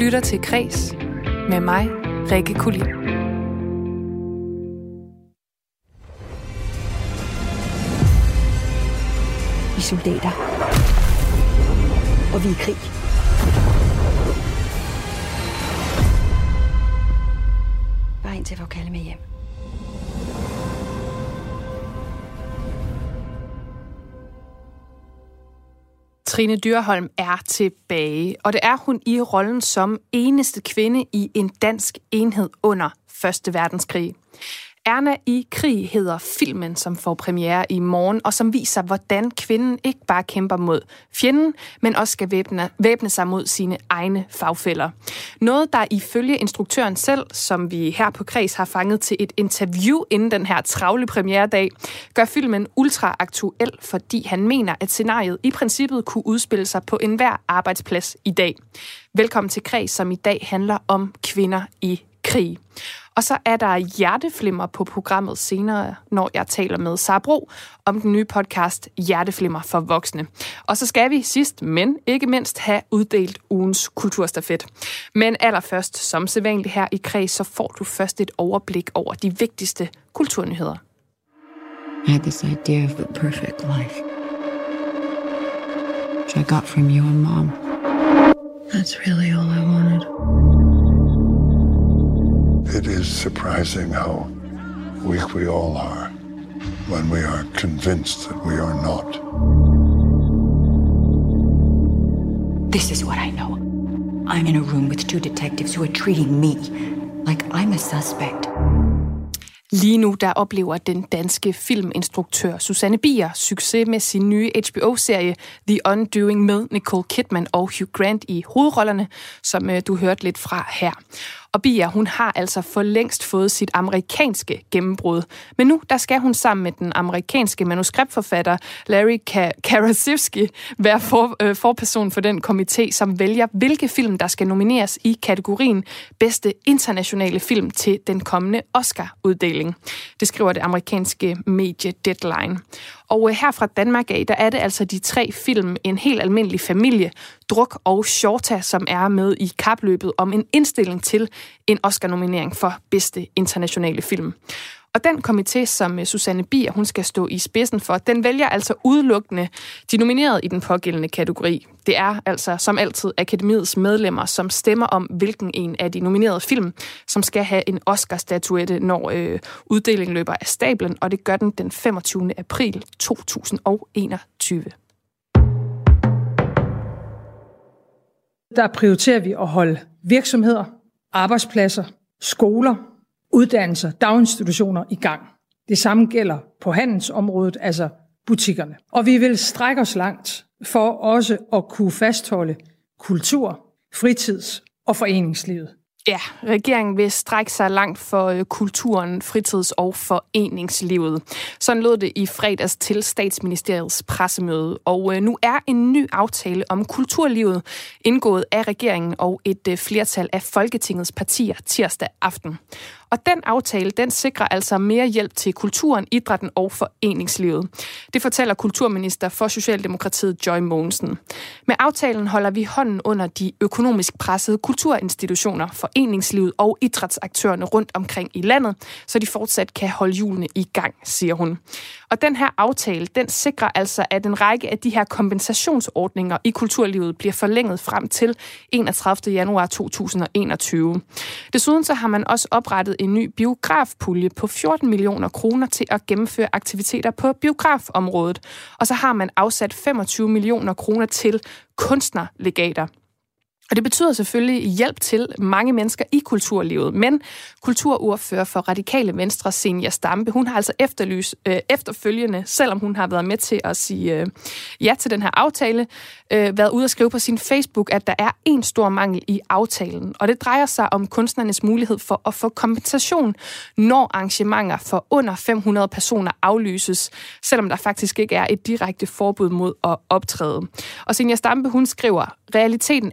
lytter til Kreds med mig, Rikke Kulin. Vi er soldater. Og vi er i krig. Bare indtil jeg får kalde med hjem. Trine Dyrholm er tilbage, og det er hun i rollen som eneste kvinde i en dansk enhed under 1. verdenskrig. Erna i krig hedder filmen, som får premiere i morgen, og som viser, hvordan kvinden ikke bare kæmper mod fjenden, men også skal væbne sig mod sine egne fagfæller. Noget, der ifølge instruktøren selv, som vi her på Kreds har fanget til et interview inden den her travle premieredag, gør filmen ultra aktuel, fordi han mener, at scenariet i princippet kunne udspille sig på enhver arbejdsplads i dag. Velkommen til Kreds, som i dag handler om kvinder i krig. Og så er der hjerteflimmer på programmet senere, når jeg taler med Sara Bro om den nye podcast Hjerteflimmer for voksne. Og så skal vi sidst, men ikke mindst, have uddelt ugens kulturstafet. Men allerførst, som sædvanligt her i Kreds, så får du først et overblik over de vigtigste kulturnyheder. I had this idea of the perfect life, which I got from you and Mom. That's really all I wanted. It is surprising how weak we all are when we are convinced that we are not. This is what I know. I'm in a room with 2 detectives who are treating me like I'm a suspect. Lige nu der oplever den danske filminstruktør Susanne Bier succes med sin nye HBO-serie The Undoing med Nicole Kidman og Hugh Grant i hovedrollerne, som du hørte lidt fra her. Og Bier, hun har altså for længst fået sit amerikanske gennembrud. Men nu, der skal hun sammen med den amerikanske manuskriptforfatter Larry Karasewski være forperson for den komité, som vælger, hvilke film, der skal nomineres i kategorien bedste internationale film til den kommende Oscar-uddeling. Det skriver det amerikanske medie Deadline. Og her fra Danmark af, der er det altså de 3 film, En helt almindelig familie, Druk og Shorta, som er med i kapløbet om en indstilling til en Oscar-nominering for bedste internationale film. Og den komité, som Susanne Bier, hun skal stå i spidsen for, den vælger altså udelukkende de nominerede i den pågældende kategori. Det er altså som altid akademiets medlemmer, som stemmer om, hvilken en af de nominerede film, som skal have en Oscar-statuette, når uddelingen løber af stablen, og det gør den 25. april 2021. Der prioriterer vi at holde virksomheder, arbejdspladser, skoler, uddannelser, daginstitutioner i gang. Det samme gælder på handelsområdet, altså butikkerne. Og vi vil strække os langt for også at kunne fastholde kultur, fritids- og foreningslivet. Ja, regeringen vil strække sig langt for kulturen, fritids- og foreningslivet. Sådan lød det i fredags til Statsministeriets pressemøde. Og nu er en ny aftale om kulturlivet indgået af regeringen og et flertal af Folketingets partier tirsdag aften. Og den aftale, den sikrer altså mere hjælp til kulturen, idrætten og foreningslivet. Det fortæller kulturminister for Socialdemokratiet Joy Mogensen. Med aftalen holder vi hånden under de økonomisk pressede kulturinstitutioner, foreningslivet og idrætsaktørerne rundt omkring i landet, så de fortsat kan holde hjulene i gang, siger hun. Og den her aftale, den sikrer altså, at en række af de her kompensationsordninger i kulturlivet bliver forlænget frem til 31. januar 2021. Desuden så har man også oprettet en ny biografpulje på 14 millioner kroner til at gennemføre aktiviteter på biografområdet. Og så har man afsat 25 millioner kroner til kunstnerlegater. Og det betyder selvfølgelig hjælp til mange mennesker i kulturlivet. Men kulturordfører for Radikale Venstre, Zenia Stampe, hun har altså efterfølgende, selvom hun har været med til at sige ja til den her aftale, været ude at skrive på sin Facebook, at der er en stor mangel i aftalen. Og det drejer sig om kunstnernes mulighed for at få kompensation, når arrangementer for under 500 personer aflyses, selvom der faktisk ikke er et direkte forbud mod at optræde. Og Zenia Stampe, hun skriver, realiteten er, at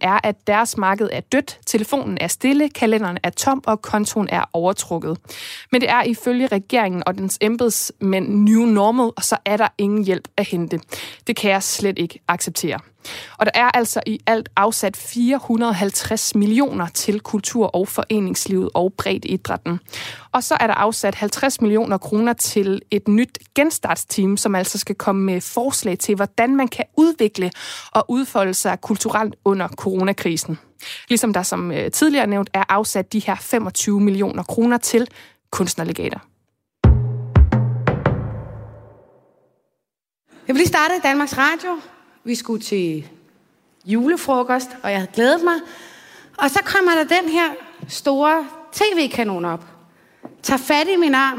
deres marked er dødt, telefonen er stille, kalenderen er tom og kontoen er overtrukket. Men det er ifølge regeringen og dens embedsmænd new normal, og så er der ingen hjælp at hente. Det kan jeg slet ikke acceptere. Og der er altså i alt afsat 450 millioner til kultur- og foreningslivet og breddeidrætten. Og så er der afsat 50 millioner kroner til et nyt genstartsteam, som altså skal komme med forslag til, hvordan man kan udvikle og udfolde sig kulturelt under coronakrisen. Ligesom der som tidligere nævnt er afsat de her 25 millioner kroner til kunstnerlegater. Jeg vil lige starte i Danmarks Radio. Vi skulle til julefrokost, og jeg havde glædet mig. Og så kommer der den her store tv-kanon op, tager fat i min arm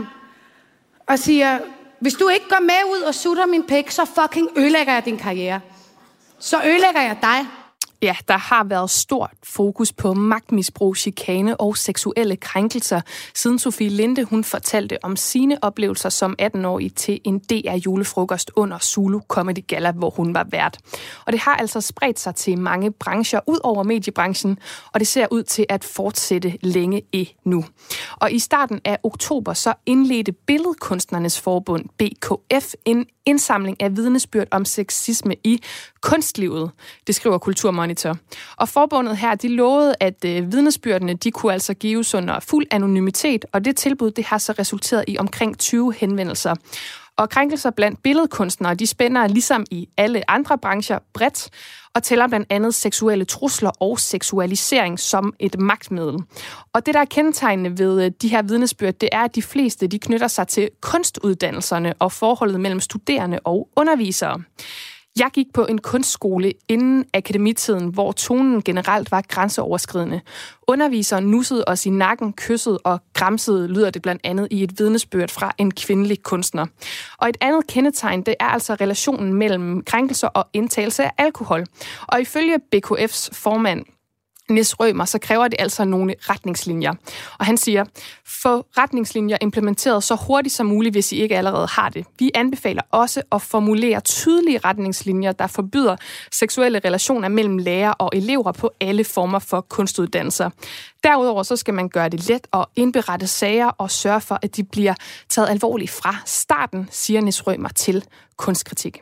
og siger, hvis du ikke går med ud og sutter min pik, så fucking ødelægger jeg din karriere. Så ødelægger jeg dig. Ja, der har været stort fokus på magtmisbrug, chikane og seksuelle krænkelser, siden Sofie Linde hun fortalte om sine oplevelser som 18-årig til en DR-julefrokost under Zulu Comedy Gala, hvor hun var vært. Og det har altså spredt sig til mange brancher ud over mediebranchen, og det ser ud til at fortsætte længe endnu. Og i starten af oktober så indledte Billedkunstnernes Forbund, BKF, en indsamling af vidnesbyrd om sexisme i kunstlivet. Det skriver Kulturmonitor. Og forbundet her, de lovede, at vidnesbyrdene, de kunne altså gives under fuld anonymitet, og det tilbud, det har så resulteret i omkring 20 henvendelser. Og krænkelser blandt billedkunstnere, de spænder ligesom i alle andre brancher bredt, og tæller blandt andet seksuelle trusler og seksualisering som et magtmiddel. Og det, der er kendetegnende ved de her vidnesbyrd, det er, at de fleste de knytter sig til kunstuddannelserne og forholdet mellem studerende og undervisere. Jeg gik på en kunstskole inden akademitiden, hvor tonen generelt var grænseoverskridende. Underviseren nussede os i nakken, kyssede og gramsede, lyder det blandt andet i et vidnesbyrd fra en kvindelig kunstner. Og et andet kendetegn, det er altså relationen mellem krænkelser og indtagelse af alkohol. Og ifølge BKF's formand, Nis Rømer, så kræver det altså nogle retningslinjer. Og han siger, få retningslinjer implementeret så hurtigt som muligt, hvis I ikke allerede har det. Vi anbefaler også at formulere tydelige retningslinjer, der forbyder seksuelle relationer mellem lærere og elever på alle former for kunstuddannelser. Derudover så skal man gøre det let at indberette sager og sørge for, at de bliver taget alvorligt fra starten, siger Nis Rømer til Kunstkritik.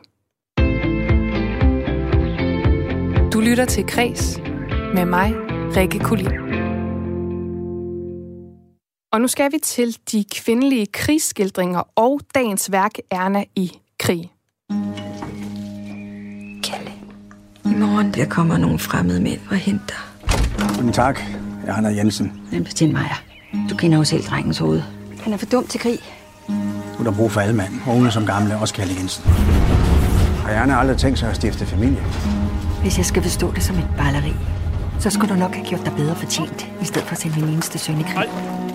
Du lytter til Kreds med mig, Rikke Kulin. Og nu skal vi til de kvindelige krigsskildringer og dagens værk Erna i krig. Kalle, i morgen der kommer nogle fremmede mænd og henter. Guten Tag, jeg er Hanna Jensen. Den betjent Maja. Du kender jo selv drengens hoved. Han er for dum til krig. Du er der brug for alle mand, unge som gamle, også Kalle Jensen. Har Erna aldrig tænkt sig at stifte familie? Hvis jeg skal forstå det som et balleri, så skulle du nok have gjort dig bedre fortjent, i stedet for at sende min eneste søn i krig.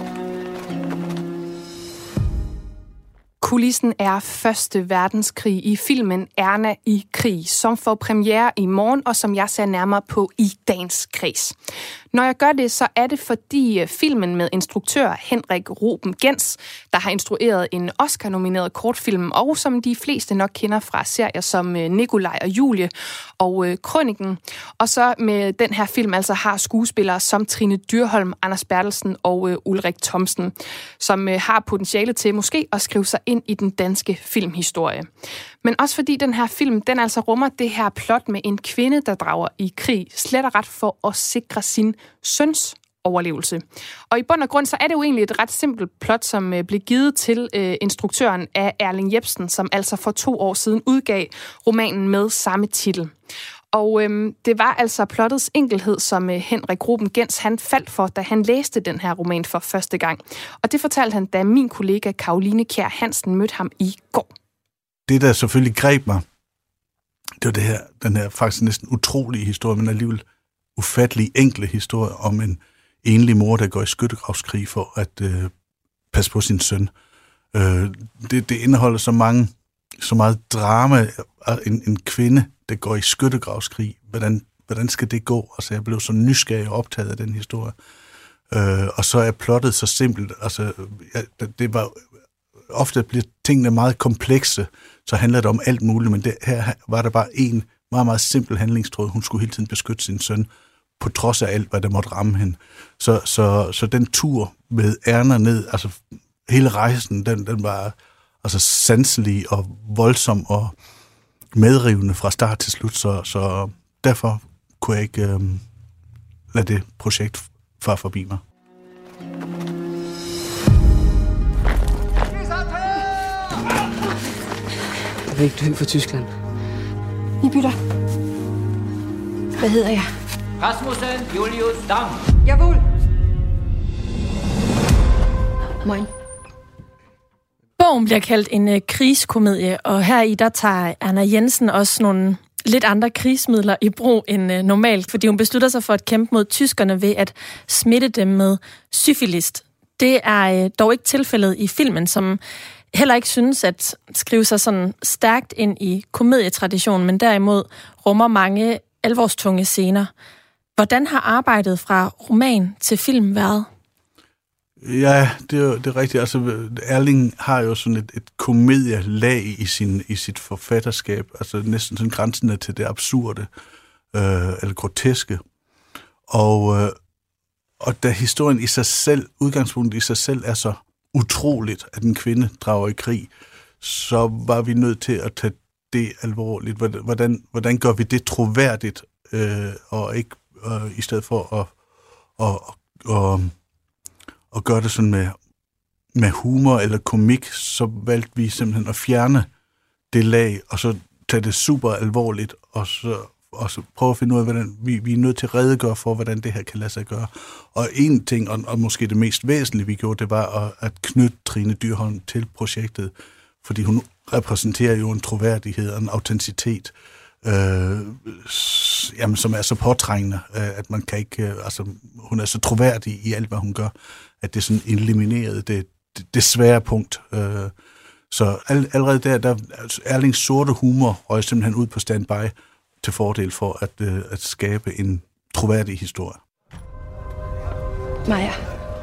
Kulissen er Første Verdenskrig i filmen Erna i krig, som får premiere i morgen, og som jeg ser nærmere på i dagens Kreds. Når jeg gør det, så er det fordi filmen med instruktør Henrik Ruben Gens, der har instrueret en Oscar-nomineret kortfilm, og som de fleste nok kender fra serier som Nikolaj og Julie og Krøniken. Og så med den her film altså har skuespillere som Trine Dyrholm, Anders Bertelsen og Ulrik Thomsen, som har potentiale til måske at skrive sig ind i den danske filmhistorie. Men også fordi den her film, den altså rummer det her plot med en kvinde, der drager i krig, slet og ret for at sikre sin søns overlevelse. Og i bund og grund, så er det jo egentlig et ret simpelt plot, som blev givet til instruktøren af Erling Jepsen, som altså for 2 år siden udgav romanen med samme titel. Og det var altså plottets enkelhed, som Henrik Ruben Gens han faldt for, da han læste den her roman for første gang. Og det fortalte han, da min kollega Caroline Kjær Hansen mødte ham i går. Det, der selvfølgelig greb mig, det var den her faktisk næsten utrolige historie, men alligevel ufattelig enkle historie om en enlig mor, der går i skyttegravskrig for at passe på sin søn. Det indeholder så meget drama. En kvinde, der går i skyttegravskrig. Hvordan skal det gå? Altså, jeg blev så nysgerrig og optaget af den historie. Og så er plottet så simpelt. Altså, det var ofte bliver tingene meget komplekse, så handler det om alt muligt, men her var der bare en meget, meget simpel handlingstråd. Hun skulle hele tiden beskytte sin søn på trods af alt, hvad der måtte ramme hende. Så den tur med Erna ned, altså hele rejsen, den var altså sanselig og voldsom og medrivende fra start til slut, så derfor kunne jeg ikke lade det projekt fare forbi mig. Jeg vil ikke dø for Tyskland. Vi bytter. Hvad hedder jeg? Rasmussen Julius Dam. Jawohl. Moin. Bogen bliver kaldt en krigskomedie, og heri der tager Erna Jensen også nogle lidt andre krigsmidler i brug end normalt, fordi hun beslutter sig for at kæmpe mod tyskerne ved at smitte dem med syfilis. Det er dog ikke tilfældet i filmen, som heller ikke synes at skrive sig sådan stærkt ind i komedietraditionen, men derimod rummer mange alvorstunge scener. Hvordan har arbejdet fra roman til film været? Ja, det er rigtigt. Altså, Erling har jo sådan et komedielag i sit forfatterskab, altså næsten sådan grænsende til det absurde eller groteske. Og da historien i sig selv, udgangspunktet i sig selv er så utroligt, at en kvinde drager i krig, så var vi nødt til at tage det alvorligt. Hvordan gør vi det troværdigt, og ikke i stedet for at gøre det sådan med humor eller komik, så valgte vi simpelthen at fjerne det lag, og så tage det super alvorligt, og så prøve at finde ud af, hvordan vi er nødt til at redegøre for, hvordan det her kan lade sig gøre. Og en ting, og måske det mest væsentlige, vi gjorde, det var at knytte Trine Dyrholm til projektet, fordi hun repræsenterer jo en troværdighed og en autenticitet, som er så påtrængende, at man kan ikke, hun er så troværdig i alt, hvad hun gør, at det sådan eliminerede det svære punkt. Så allerede der Erlings sorte humor røg simpelthen ud på standby til fordel for at skabe en troværdig historie. Maja.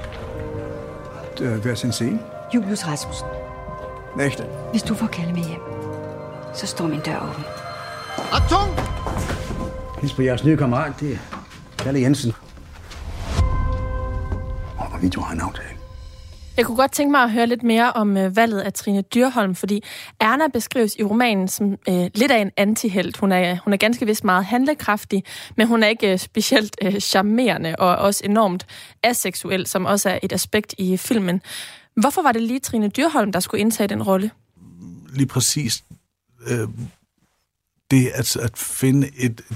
Wer sind Sie? Julius Rasmussen. Nächte. Hvis du får kalde med hjem, så står min dør åben. Achtung! Hils på jeres nye kammerat, det er Kalle Jensen. Og vi to har en aftale. Jeg kunne godt tænke mig at høre lidt mere om valget af Trine Dyrholm, fordi Erna beskrives i romanen som lidt af en antihelt. Hun er ganske vist meget handlekraftig, men hun er ikke specielt charmerende og også enormt aseksuel, som også er et aspekt i filmen. Hvorfor var det lige Trine Dyrholm, der skulle indtage den rolle? Lige præcis det at finde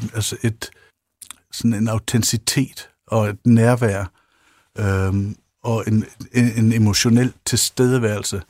sådan en autenticitet og et nærvær, og en emotionel tilstedeværelse.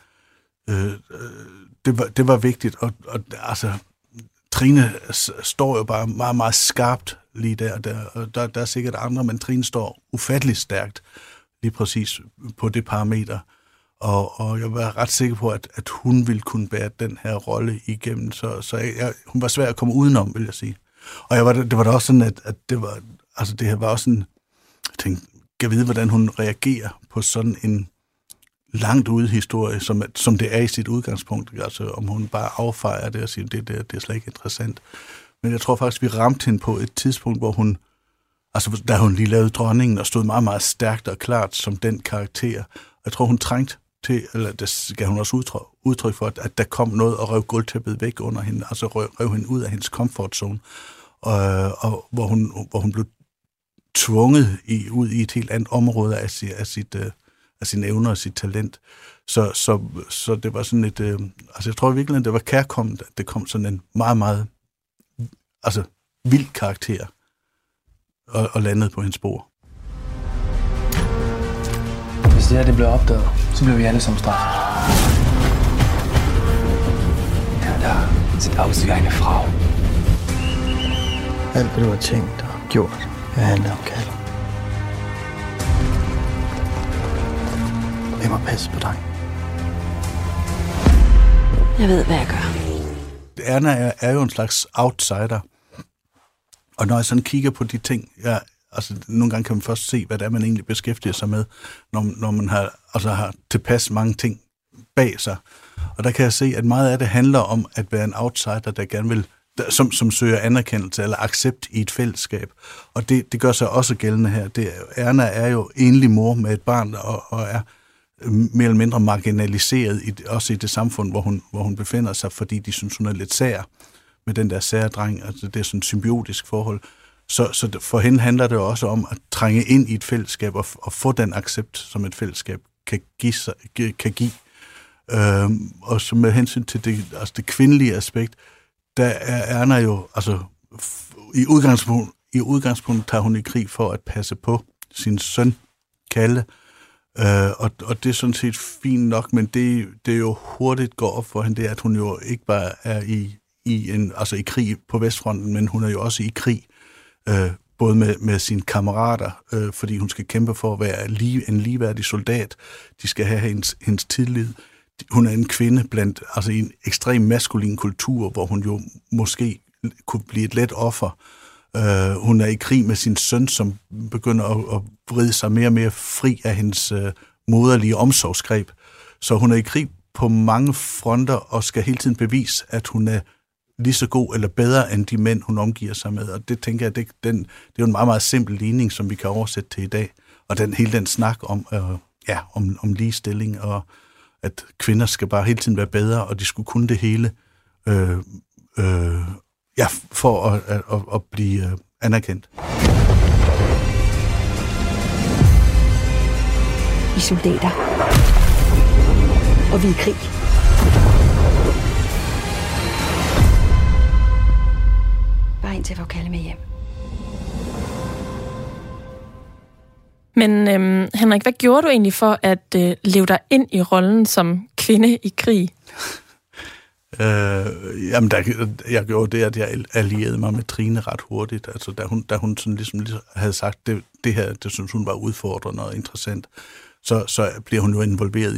Det var vigtigt, og altså, Trine står jo bare meget, meget skarpt lige der. Der er sikkert andre, men Trine står ufatteligt stærkt lige præcis på det parameter. Og jeg var ret sikker på, at hun ville kunne bære den her rolle igennem, så hun var svær at komme udenom, vil jeg sige. Og det var da også sådan, at det her var også sådan, jeg tænkte, jeg vide, hvordan hun reagerer på sådan en langt ude historie, som det er i sit udgangspunkt. Altså, om hun bare affejer det og siger, det er slet ikke interessant. Men jeg tror faktisk, vi ramte hende på et tidspunkt, hvor hun, altså da hun lige lavede Dronningen, og stod meget, meget stærkt og klart som den karakter. Og jeg tror, hun trængte til, eller det gav hun også udtryk for, at der kom noget og rev gulvtæppet væk under hende, altså rev hende ud af hendes comfort-zone, og hvor hun blev tvunget ud i et helt andet område af sine evner og sit talent. Så det var sådan et... altså jeg tror virkelig, at det var kærkomment, at det kom sådan en meget, meget vild karakter og landede på hendes spor. Hvis det her det blev opdaget, så blev vi alle sammen straffet. Ja, der sieht aus wie eine Frau. Alt, hvad du har tænkt og gjort, jeg handler om Kalle. Jeg må passe på dig. Jeg ved, hvad jeg gør. Erna er jo en slags outsider. Og når jeg sådan kigger på de ting, nogle gange kan man først se, hvad det er, man egentlig beskæftiger sig med, når man har tilpas mange ting bag sig. Og der kan jeg se, at meget af det handler om at være en outsider, der gerne vil som søger anerkendelse eller accept i et fællesskab. Og det gør sig også gældende her. Erna er jo enlig mor med et barn, og er mere eller mindre marginaliseret, også i det samfund, hvor hun befinder sig, fordi de synes, hun er lidt sær med den der sære dreng. Altså, det er sådan et symbiotisk forhold. Så for hende handler det også om at trænge ind i et fællesskab og få den accept, som et fællesskab kan give. Og så med hensyn til det kvindelige aspekt, der er Erna jo, altså i udgangspunkt tager hun i krig for at passe på sin søn, Kalle, og det er sådan set fint nok, men det jo hurtigt går op for hende, det er, at hun jo ikke bare er i krig på Vestfronten, men hun er jo også i krig, både med sine kammerater, fordi hun skal kæmpe for at være en ligeværdig soldat. De skal have hendes tillid. Hun er en kvinde i en ekstrem maskulin kultur, hvor hun jo måske kunne blive et let offer. Hun er i krig med sin søn, som begynder at vride sig mere og mere fri af hendes moderlige omsorgsgreb. Så hun er i krig på mange fronter og skal hele tiden bevise, at hun er lige så god eller bedre end de mænd, hun omgiver sig med. Og det tænker jeg, det er jo en meget, meget simpel ligning, som vi kan oversætte til i dag. Og hele den snak om ligestilling, og at kvinder skal bare hele tiden være bedre, og de skulle kunne det hele, for at blive anerkendt. Vi er soldater. Og vi er i krig. Bare indtil jeg får Kalle med hjem. Men Henrik, hvad gjorde du egentlig for at leve dig ind i rollen som kvinde i krig? Jeg gjorde det, at jeg allierede mig med Trine ret hurtigt. Altså, da hun sådan ligesom havde sagt, det her, det synes hun var udfordrende og interessant, så bliver hun jo involveret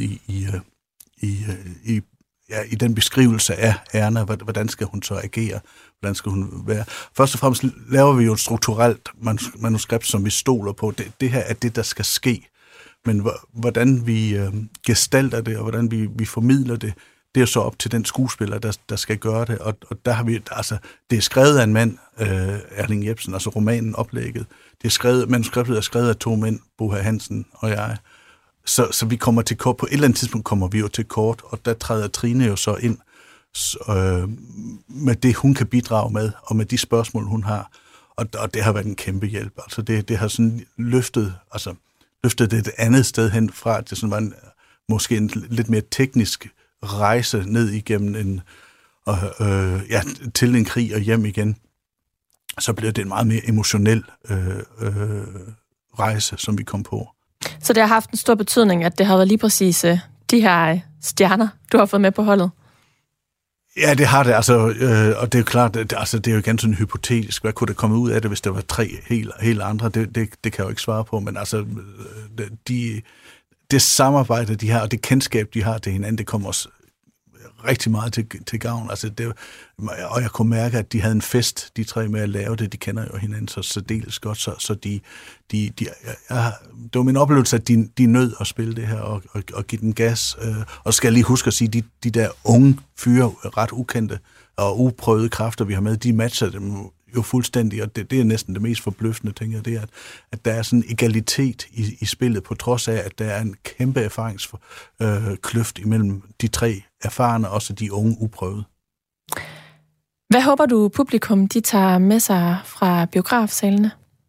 i den beskrivelse af Erna. Hvordan skal hun så agere? Hvordan skal hun være? Først og fremmest laver vi jo et strukturelt manuskript, som vi stoler på. Det her er det, der skal ske. Men hvordan vi gestalter det, og hvordan vi formidler det, det er så op til den skuespiller, der skal gøre det. Og der har vi, altså, det er skrevet af en mand, Erling Jepsen, altså romanen Oplægget. Manuskriptet er skrevet af 2 mænd, Bo Hansen og jeg. Så vi kommer til kort. På et eller andet tidspunkt kommer vi jo til kort, og der træder Trine jo så ind med det, hun kan bidrage med, og med de spørgsmål, hun har. Og det har været en kæmpe hjælp. Altså det har sådan løftet det et andet sted hen fra, at det sådan var måske en lidt mere teknisk rejse ned igennem til en krig og hjem igen. Så blev det en meget mere emotionel rejse, som vi kom på. Så det har haft en stor betydning, at det har været lige præcis de her stjerner, du har fået med på holdet? Ja, det har det. Altså, og det er jo klart, det er jo igen sådan hypotetisk. Hvad kunne der komme ud af det, hvis der var 3 helt andre? Det kan jeg jo ikke svare på, men altså, det samarbejde, de har, og det kendskab, de har til hinanden, det kommer også rigtig meget til gavn. Altså, og jeg kunne mærke, at de havde en fest, de 3 med at lave det. De kender jo hinanden så særdeles godt, så det var min oplevelse, at de nød at spille det her og give den gas. Og skal jeg lige huske at sige, de der unge fyre, ret ukendte og uprøvede kræfter, vi har med, de matcher dem jo fuldstændig, og det er næsten det mest forbløffende, tænker jeg, det er, at der er sådan en egalitet i spillet, på trods af, at der er en kæmpe erfaringskløft imellem de 3 erfarne, og så de unge uprøvede. Hvad håber du, publikum de tager med sig fra biografsalene?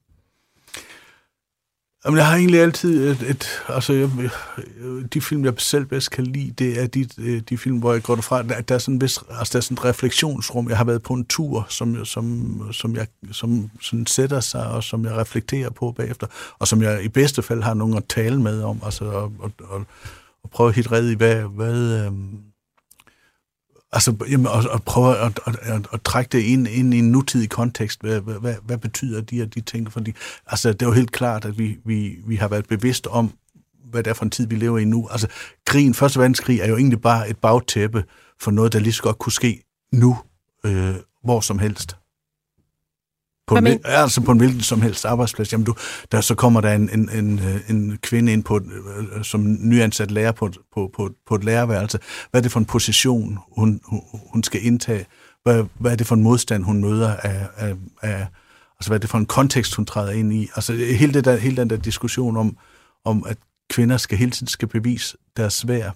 Jamen, jeg har egentlig altid de film, jeg selv bedst kan lide, det er de film, hvor jeg går derfra, at der er sådan et refleksionsrum. Jeg har været på en tur, som sådan sætter sig, og som jeg reflekterer på bagefter, og som jeg i bedste fald har nogen at tale med om, altså og prøve at hitte red i, og prøve at trække det ind i en nutidig kontekst. Hvad betyder de ting? Fordi, altså, det er jo helt klart, at vi har været bevidst om, hvad det er for en tid, vi lever i nu. Altså, Første verdenskrig er jo egentlig bare et bagtæppe for noget, der lige så godt kunne ske nu, hvor som helst. På en hvilken som helst arbejdsplads. Jamen, så kommer der en kvinde ind som nyansat lærer på et lærerværelse. Hvad er det for en position, hun skal indtage? hvad er det for en modstand, hun møder af altså hvad er det for en kontekst, hun træder ind i. Altså hele den der diskussion om at kvinder hele tiden skal bevise deres svær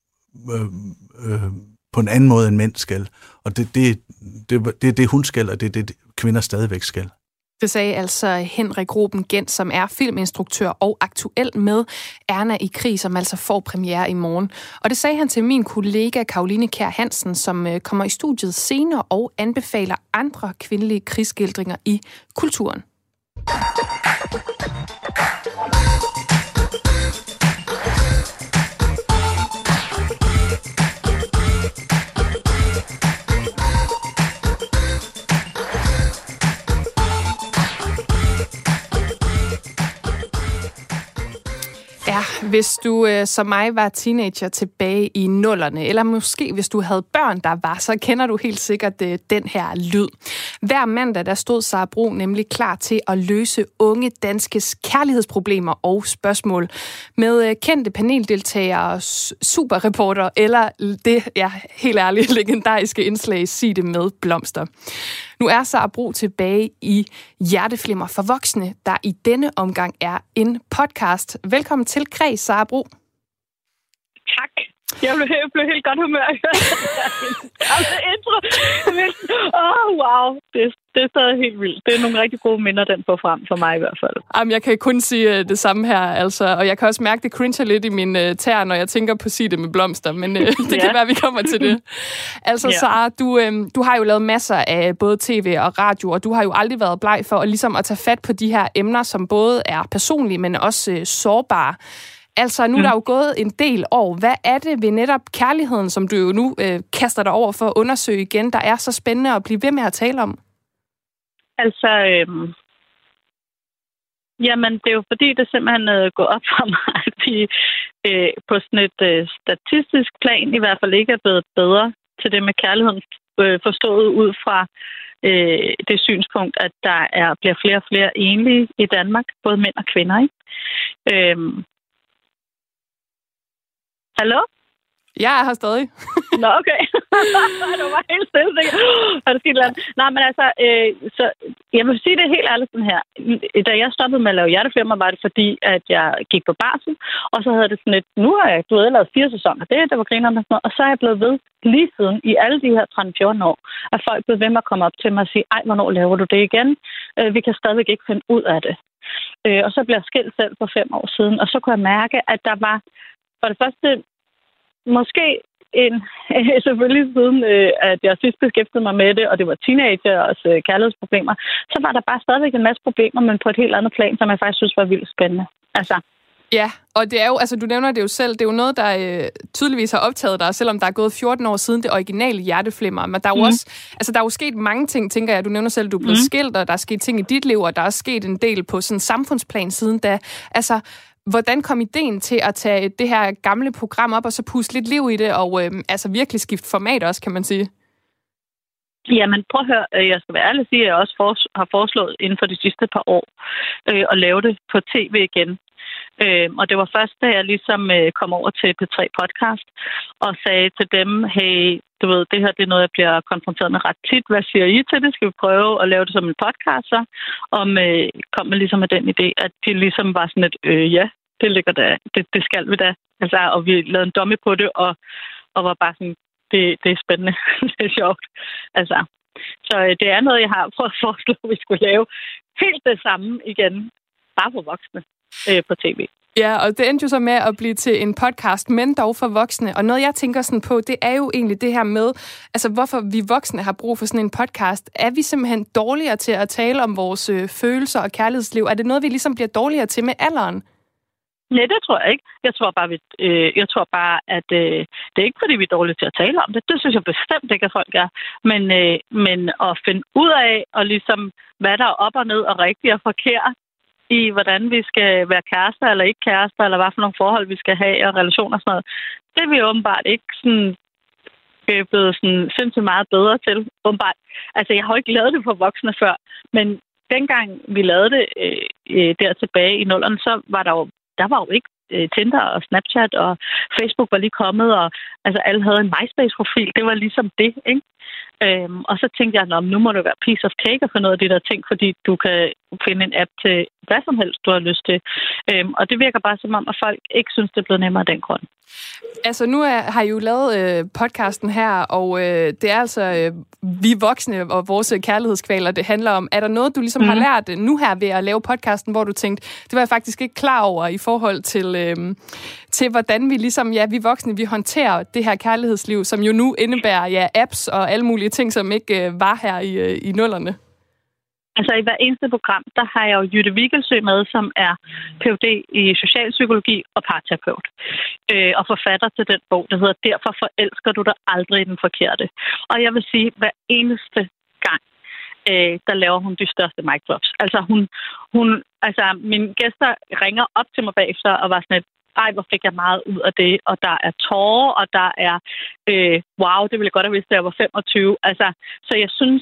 på en anden måde, end mænd skal. Og det er det, hun skal, og det er det, kvinder stadigvæk skal. Det sagde altså Henrik Ruben Gent, som er filminstruktør og aktuel med Erna i krig, som altså får premiere i morgen. Og det sagde han til min kollega Caroline Kjær Hansen, som kommer i studiet senere og anbefaler andre kvindelige krigsskildringer i kulturen. Ja, hvis du som mig var teenager tilbage i 00'erne, eller måske hvis du havde børn, der var, så kender du helt sikkert den her lyd. Hver mandag, der stod Sara Bro nemlig klar til at løse unge danskes kærlighedsproblemer og spørgsmål med kendte paneldeltagere, superreporter eller det, ja, helt ærligt, legendariske indslag Sig det med blomster. Nu er Sara Bro tilbage i Hjerteflimmer for voksne, der i denne omgang er en podcast. Velkommen til Kreds, Sara Bro. Tak. Jeg blev helt godt humør. Intro. Wow. Det er stadig helt vildt. Det er nogle rigtig gode minder, den får frem for mig i hvert fald. Jamen, jeg kan kun sige det samme her, altså. Og jeg kan også mærke, det cringer lidt i mine tæer, når jeg tænker på Sig det med blomster. Men det kan være, vi kommer til det. Altså, Sara, du har jo lavet masser af både tv og radio, og du har jo aldrig været bleg for ligesom at tage fat på de her emner, som både er personlige, men også sårbare. Altså, nu er der jo gået en del år. Hvad er det ved netop kærligheden, som du jo nu kaster dig over for at undersøge igen, der er så spændende at blive ved med at tale om? Altså, jamen, det er jo fordi, det simpelthen går op for mig, at vi på sådan et statistisk plan i hvert fald ikke er blevet bedre til det med kærligheden, forstået ud fra det synspunkt, at der bliver flere og flere enlige i Danmark, både mænd og kvinder, ikke? Hallo? Jeg er her stadig. Nå, okay. Det var helt stille. Har det sket noget? Nej, men altså, så jeg vil sige det helt ærligt sådan her. Da jeg stoppede med at lave Hjerteflimmer, var det fordi, at jeg gik på barsel, og så havde det sådan et, nu har jeg lavet 4 sæsoner. Det var grinerne og sådan noget. Og så er jeg blevet ved lige siden, i alle de her 13-14 år, at folk blev ved med at komme op til mig og sige, ej, hvornår laver du det igen? Vi kan stadigvæk ikke finde ud af det. Og så blev jeg skilt selv for 5 år siden, og så kunne jeg mærke, at der var, for det første, måske selvfølgelig siden, at jeg sidst beskæftigede mig med det, og det var teenagers kærlighedsproblemer, så var der bare stadigvæk en masse problemer, men på et helt andet plan, som jeg faktisk synes var vildt spændende. Altså. Ja, og det er jo, altså du nævner det jo selv, det er jo noget, der tydeligvis har optaget dig, selvom der er gået 14 år siden det originale Hjerteflimmer. Men der er jo også, altså der er jo sket mange ting, tænker jeg. Du nævner selv, at du er blevet skilt, og der er sket ting i dit liv, og der er sket en del på sådan en samfundsplan siden da. Altså, hvordan kom ideen til at tage det her gamle program op, og så puste lidt liv i det, og altså virkelig skifte format også, kan man sige? Jamen, prøv at høre. Jeg skal være ærlig at sige, at jeg også har foreslået inden for de sidste par år at lave det på tv igen. Og det var først, da jeg ligesom kom over til P3 Podcast og sagde til dem, hey, du ved, det her det er noget, jeg bliver konfronteret med ret tit. Hvad siger I til det? Skal vi prøve at lave det som en podcast så? Kom med ligesom med den idé, at de ligesom var sådan et, ja, det ligger der. Det skal vi da. Altså, og vi lavede en dummy på det, og var bare sådan, det er spændende. Det er sjovt. Altså, så det er noget, jeg har prøvet at foreslå, at vi skulle lave helt det samme igen. Bare for voksne på tv. Ja, og det endte jo så med at blive til en podcast, men dog for voksne. Og noget, jeg tænker sådan på, det er jo egentlig det her med, altså hvorfor vi voksne har brug for sådan en podcast. Er vi simpelthen dårligere til at tale om vores følelser og kærlighedsliv? Er det noget, vi ligesom bliver dårligere til med alderen? Nej, det tror jeg ikke. Jeg tror bare, at det er ikke, fordi vi er dårlige til at tale om det. Det synes jeg bestemt ikke, at folk er. Men at finde ud af, og ligesom, hvad der er op og ned og rigtigt og forkert, i hvordan vi skal være kærester eller ikke kærester, eller hvad for nogle forhold vi skal have, og relationer og sådan noget. Det er vi åbenbart ikke sådan, blevet sådan, sindssygt meget bedre til. Åbenbart. Altså, jeg har jo ikke lavet det for voksne før, men dengang vi lavede det der tilbage i 00'erne, så var der var jo ikke Tinder og Snapchat, og Facebook var lige kommet, og altså alle havde en MySpace-profil. Det var ligesom det, ikke? Og så tænkte jeg, nu må det være piece of cake at få noget af de der ting, fordi du kan finde en app til hvad som helst, du har lyst til. Og det virker bare som om, at folk ikke synes, det er blevet nemmere af den grund. Altså, nu har I jo lavet podcasten her, og det er altså vi voksne og vores kærlighedskvaler, det handler om. Er der noget, du ligesom har lært nu her ved at lave podcasten, hvor du tænkte, det var jeg faktisk ikke klar over i forhold til hvordan vi ligesom, vi voksne, vi håndterer det her kærlighedsliv, som jo nu indebærer apps og alle mulige ting, som ikke var her i nullerne? Altså i hver eneste program, der har jeg jo Jytte Vigelsø med, som er Ph.D. i socialpsykologi og parterapeut. Og forfatter til den bog, der hedder Derfor forelsker du dig aldrig i den forkerte. Og jeg vil sige, hver eneste gang, der laver hun de største mic drops. Altså mine gæster ringer op til mig bagefter og var sådan et, hvor fik jeg meget ud af det, og der er tårer, og der er, wow, det ville jeg godt have vidst, da jeg var 25. Altså, så jeg synes,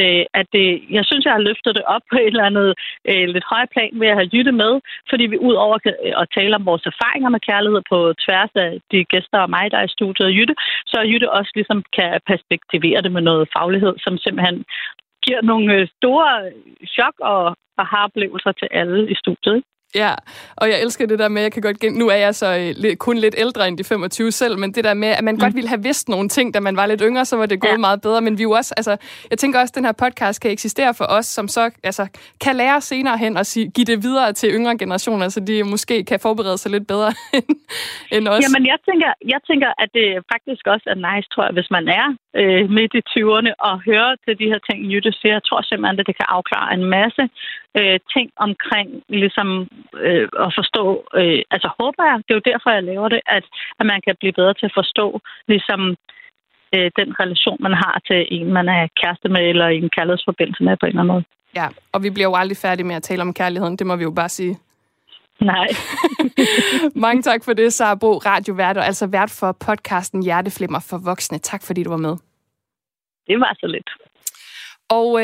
jeg har løftet det op på et eller andet lidt højere plan ved at have Jytte med, fordi vi udover at tale om vores erfaringer med kærlighed på tværs af de gæster og mig, der er i studiet af Jytte, så Jytte også ligesom kan perspektivere det med noget faglighed, som simpelthen giver nogle store chok og aha-oplevelser til alle i studiet. Ja, og jeg elsker det der med, jeg kan godt nu er jeg så kun lidt ældre end de 25 selv, men det der med, at man godt ville have vidst nogle ting, da man var lidt yngre, så var det gået meget bedre, men vi jo også, altså, jeg tænker også, at den her podcast kan eksistere for os, som så kan lære senere hen og give det videre til yngre generationer, så de måske kan forberede sig lidt bedre end os. Jamen, jeg tænker, at det faktisk også er nice, tror jeg, hvis man er midt i 20'erne og hører til de her ting, Jytte siger. Jeg tror simpelthen, at det kan afklare en masse ting omkring ligesom at forstå, håber jeg, det er jo derfor, jeg laver det, at man kan blive bedre til at forstå ligesom den relation, man har til en, man er kæreste med, eller i en kærlighedsforbindelse med på en eller anden måde. Ja, og vi bliver jo aldrig færdige med at tale om kærligheden, det må vi jo bare sige. Nej. Mange tak for det, Sara Bro, radiovært, og altså vært for podcasten Hjerteflimmer for voksne. Tak fordi du var med. Det var så lidt. Og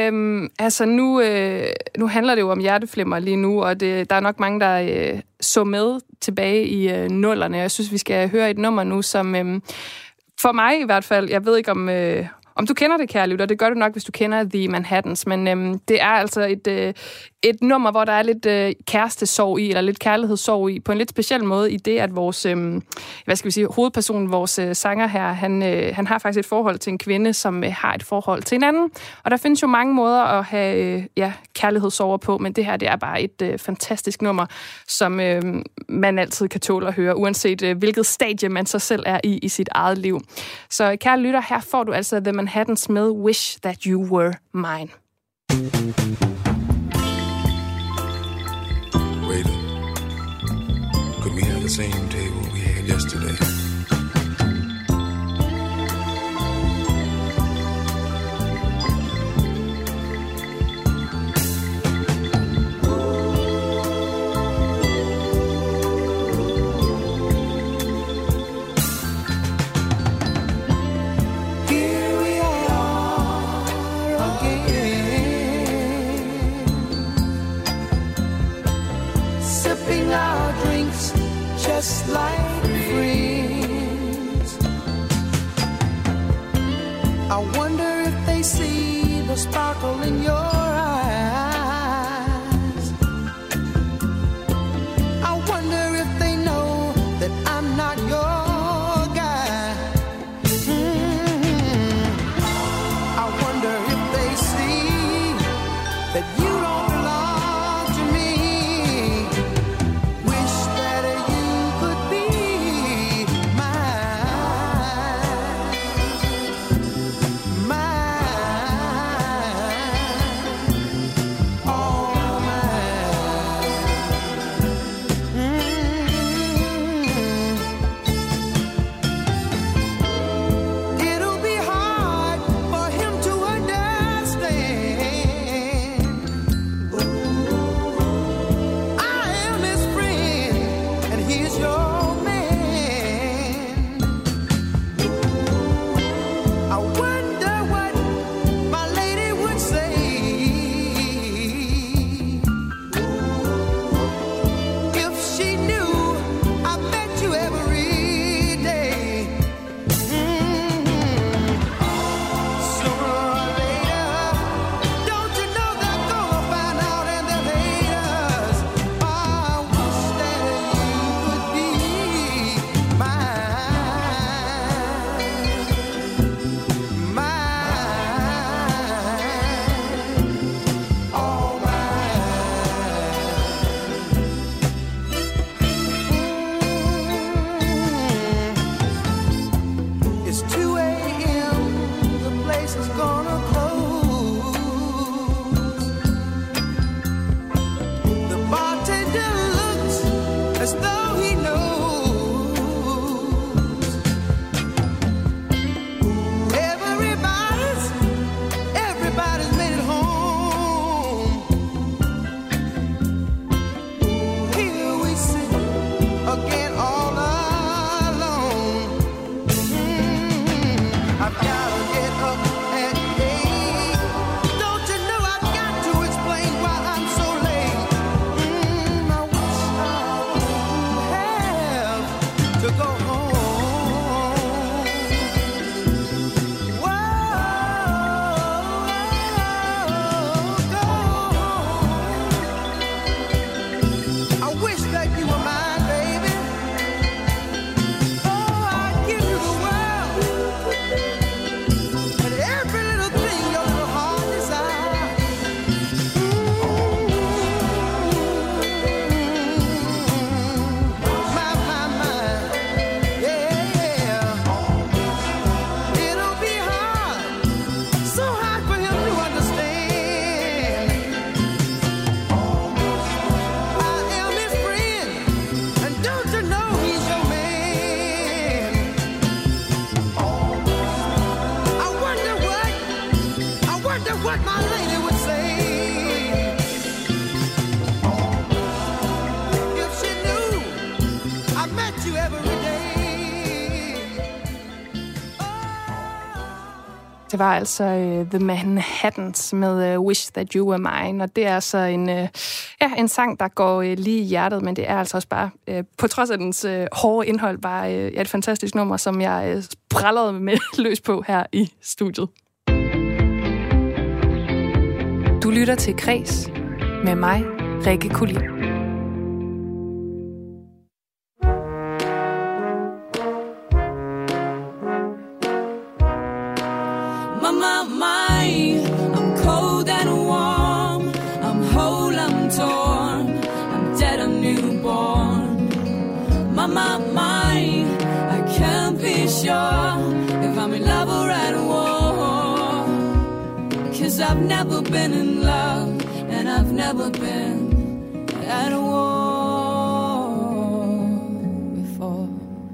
nu handler det jo om hjerteflimmer lige nu, og der er nok mange, der så med tilbage i nullerne. Jeg synes, vi skal høre et nummer nu, som for mig i hvert fald, jeg ved ikke om du kender det, kære lytter, det gør du nok, hvis du kender The Manhattans, men det er altså et nummer, hvor der er lidt kærestesorg i, eller lidt kærlighedssorg i, på en lidt speciel måde, i det, at vores, hovedpersonen, vores sanger her, han har faktisk et forhold til en kvinde, som har et forhold til en anden. Og der findes jo mange måder at have kærlighedssorger på, men det her, det er bare et fantastisk nummer, som man altid kan tåle at høre, uanset hvilket stadie man så selv er i sit eget liv. Så kære lytter, her får du altså The Manhattans med Wish That You Were Mine. Waiter, could we have the same table we had yesterday? Just like friends. I wonder if they see the sparkle in your eyes. I wonder if they know that I'm not your guy. I wonder if they see that you don't belong to me. Det var altså The Manhattans med Wish That You Were Mine, og det er altså en sang, der går lige i hjertet, men det er altså også bare, på trods af dens hårde indhold, bare et fantastisk nummer, som jeg sprællede med løs på her i studiet. Du lytter til Kres med mig, Rikke Kulin. I'm cold and warm, I'm whole, I'm torn, I'm dead, I'm newborn. I can't be sure if I'm in love or at war. 'Cause I've never been in love, and I've never been at war before.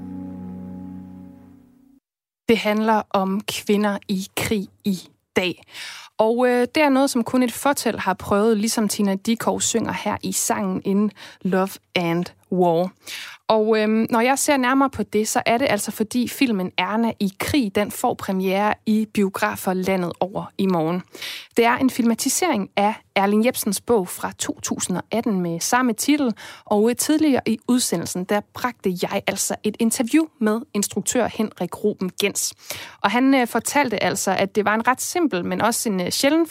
Det handler om kvinder i krig i dag. Og det er noget, som kun et fåtal har prøvet, ligesom Tina Dickow synger her i sangen In Love and War. Og når jeg ser nærmere på det, så er det altså fordi filmen Erna i krig, den får premiere i biografer landet over i morgen. Det er en filmatisering af Erling Jepsens bog fra 2018 med samme titel, og tidligere i udsendelsen, der bragte jeg altså et interview med instruktør Henrik Ruben Gens. Og han fortalte altså, at det var en ret simpel, men også en sjælden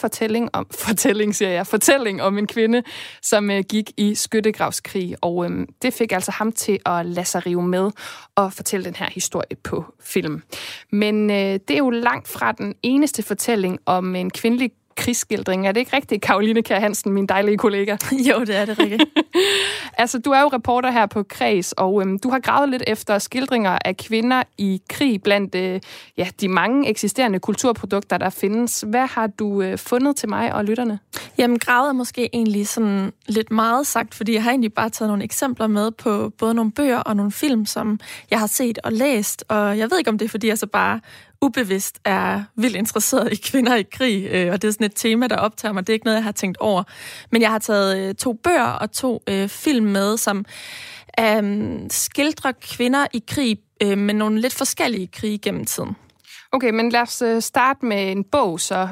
fortælling om en kvinde, som gik i skyttegravskrig, og det fik altså ham til at lade sig rive med og fortælle den her historie på film. Men det er jo langt fra den eneste fortælling om en kvindelig krigsskildring. Er det ikke rigtigt, Caroline Kjær Hansen, min dejlige kollega? Jo, det er det, Rikke. Altså, du er jo reporter her på Kres, og du har gravet lidt efter skildringer af kvinder i krig blandt de mange eksisterende kulturprodukter, der findes. Hvad har du fundet til mig og lytterne? Jamen, gravet er måske egentlig sådan lidt meget sagt, fordi jeg har egentlig bare taget nogle eksempler med på både nogle bøger og nogle film, som jeg har set og læst, og jeg ved ikke, om det er, fordi jeg så bare ubevidst er vildt interesseret i kvinder i krig, og det er sådan et tema, der optager mig. Det er ikke noget, jeg har tænkt over. Men jeg har taget 2 bøger og 2 film med, som skildrer kvinder i krig med nogle lidt forskellige krige gennem tiden. Okay, men lad os starte med en bog, så.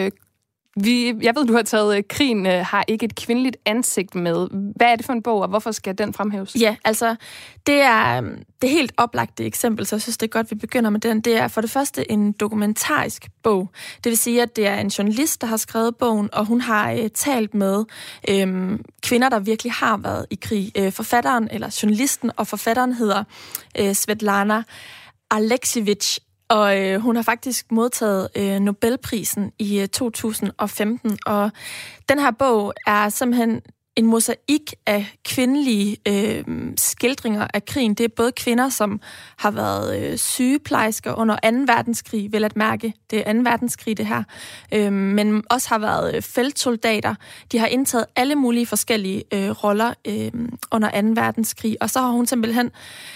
Jeg ved, du har taget Krigen har ikke et kvindeligt ansigt med. Hvad er det for en bog, og hvorfor skal den fremhæves? Ja, altså, det er det helt oplagte eksempel, så jeg synes, det er godt, vi begynder med den. Det er for det første en dokumentarisk bog. Det vil sige, at det er en journalist, der har skrevet bogen, og hun har talt med kvinder, der virkelig har været i krig. Forfatteren, eller journalisten og forfatteren hedder Svetlana Alexievich, og hun har faktisk modtaget Nobelprisen i 2015, og den her bog er simpelthen en mosaik af kvindelige skildringer af krigen. Det er både kvinder, som har været sygeplejersker under 2. verdenskrig, vel at mærke, det er 2. verdenskrig det her, men også har været feltsoldater. De har indtaget alle mulige forskellige roller under 2. verdenskrig, og så har hun simpelthen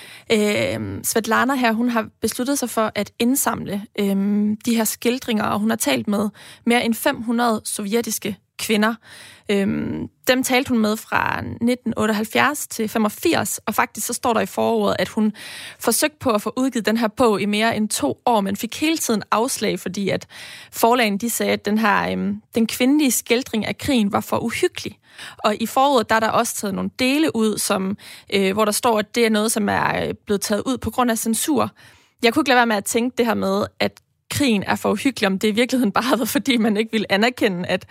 Svetlana her, hun har besluttet sig for at indsamle de her skildringer, og hun har talt med mere end 500 sovjetiske kvinder. Dem talte hun med fra 1978 til 85, og faktisk så står der i forordet, at hun forsøgte på at få udgivet den her bog i mere end 2 år, men fik hele tiden afslag, fordi at forlagen de sagde, at den kvindelige skildring af krigen var for uhyggelig. Og i forordet der er der også taget nogle dele ud, som, hvor der står, at det er noget, som er blevet taget ud på grund af censur. Jeg kunne ikke lade være med at tænke det her med, at krigen er for uhyggelig, om det i virkeligheden bare har været, fordi man ikke ville anerkende, at